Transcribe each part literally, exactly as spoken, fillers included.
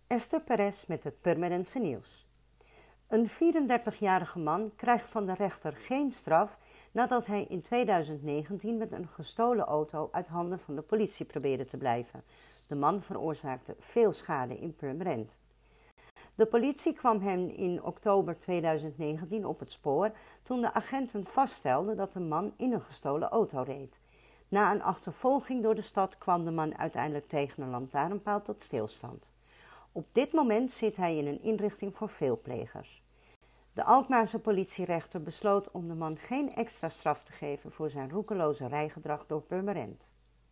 Esther Perez met het Purmerendse nieuws. Een vierendertigjarige man krijgt van de rechter geen straf nadat hij in tweeduizend negentien met een gestolen auto uit handen van de politie probeerde te blijven. De man veroorzaakte veel schade in Purmerend. De politie kwam hem in oktober tweeduizend negentien op het spoor toen de agenten vaststelden dat de man in een gestolen auto reed. Na een achtervolging door de stad kwam de man uiteindelijk tegen een lantaarnpaal tot stilstand. Op dit moment zit hij in een inrichting voor veelplegers. De Alkmaarse politierechter besloot om de man geen extra straf te geven voor zijn roekeloze rijgedrag door Purmerend.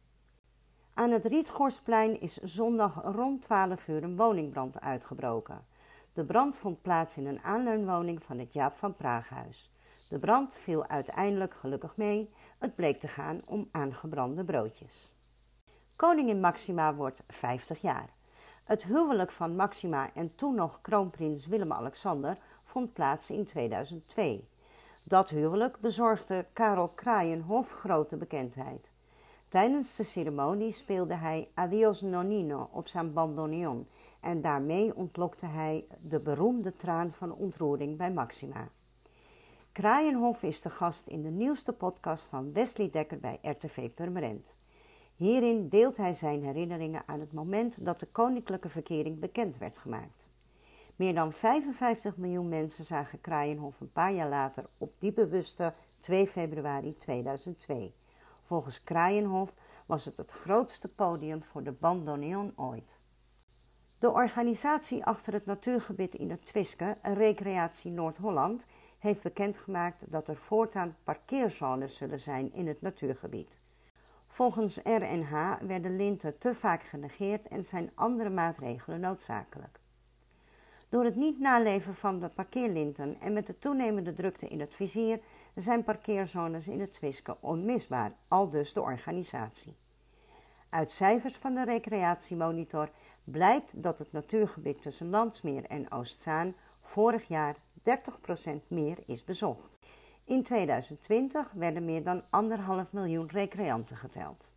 Aan het Rietgorsplein is zondag rond twaalf uur een woningbrand uitgebroken. De brand vond plaats in een aanleunwoning van het Jaap van Praaghuis. De brand viel uiteindelijk gelukkig mee, het bleek te gaan om aangebrande broodjes. Koningin Máxima wordt vijftig jaar. Het huwelijk van Máxima en toen nog kroonprins Willem-Alexander vond plaats in tweeduizend twee. Dat huwelijk bezorgde Karel Kraaienhof grote bekendheid. Tijdens de ceremonie speelde hij Adiós Nonino op zijn bandoneon en daarmee ontlokte hij de beroemde traan van ontroering bij Máxima. Kraaienhof is de gast in de nieuwste podcast van Wesley Dekker bij R T V Purmerend. Hierin deelt hij zijn herinneringen aan het moment dat de koninklijke verkering bekend werd gemaakt. Meer dan vijfenvijftig miljoen mensen zagen Kraaienhof een paar jaar later op die bewuste twee februari tweeduizend twee. Volgens Kraaienhof was het het grootste podium voor de bandoneon ooit. De organisatie achter het natuurgebied in het Twiske, Recreatie Noord-Holland, heeft bekendgemaakt dat er voortaan parkeerzones zullen zijn in het natuurgebied. Volgens R N H werden linten te vaak genegeerd en zijn andere maatregelen noodzakelijk. Door het niet naleven van de parkeerlinten en met de toenemende drukte in het vizier zijn parkeerzones in het Twiske onmisbaar, aldus de organisatie. Uit cijfers van de Recreatiemonitor blijkt dat het natuurgebied tussen Landsmeer en Oostzaan vorig jaar dertig procent meer is bezocht. In tweeduizend twintig werden meer dan anderhalf miljoen recreanten geteld.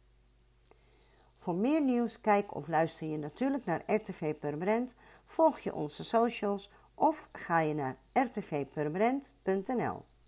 Voor meer nieuws kijk of luister je natuurlijk naar R T V Purmerend, volg je onze socials of ga je naar r t v purmerend punt n l.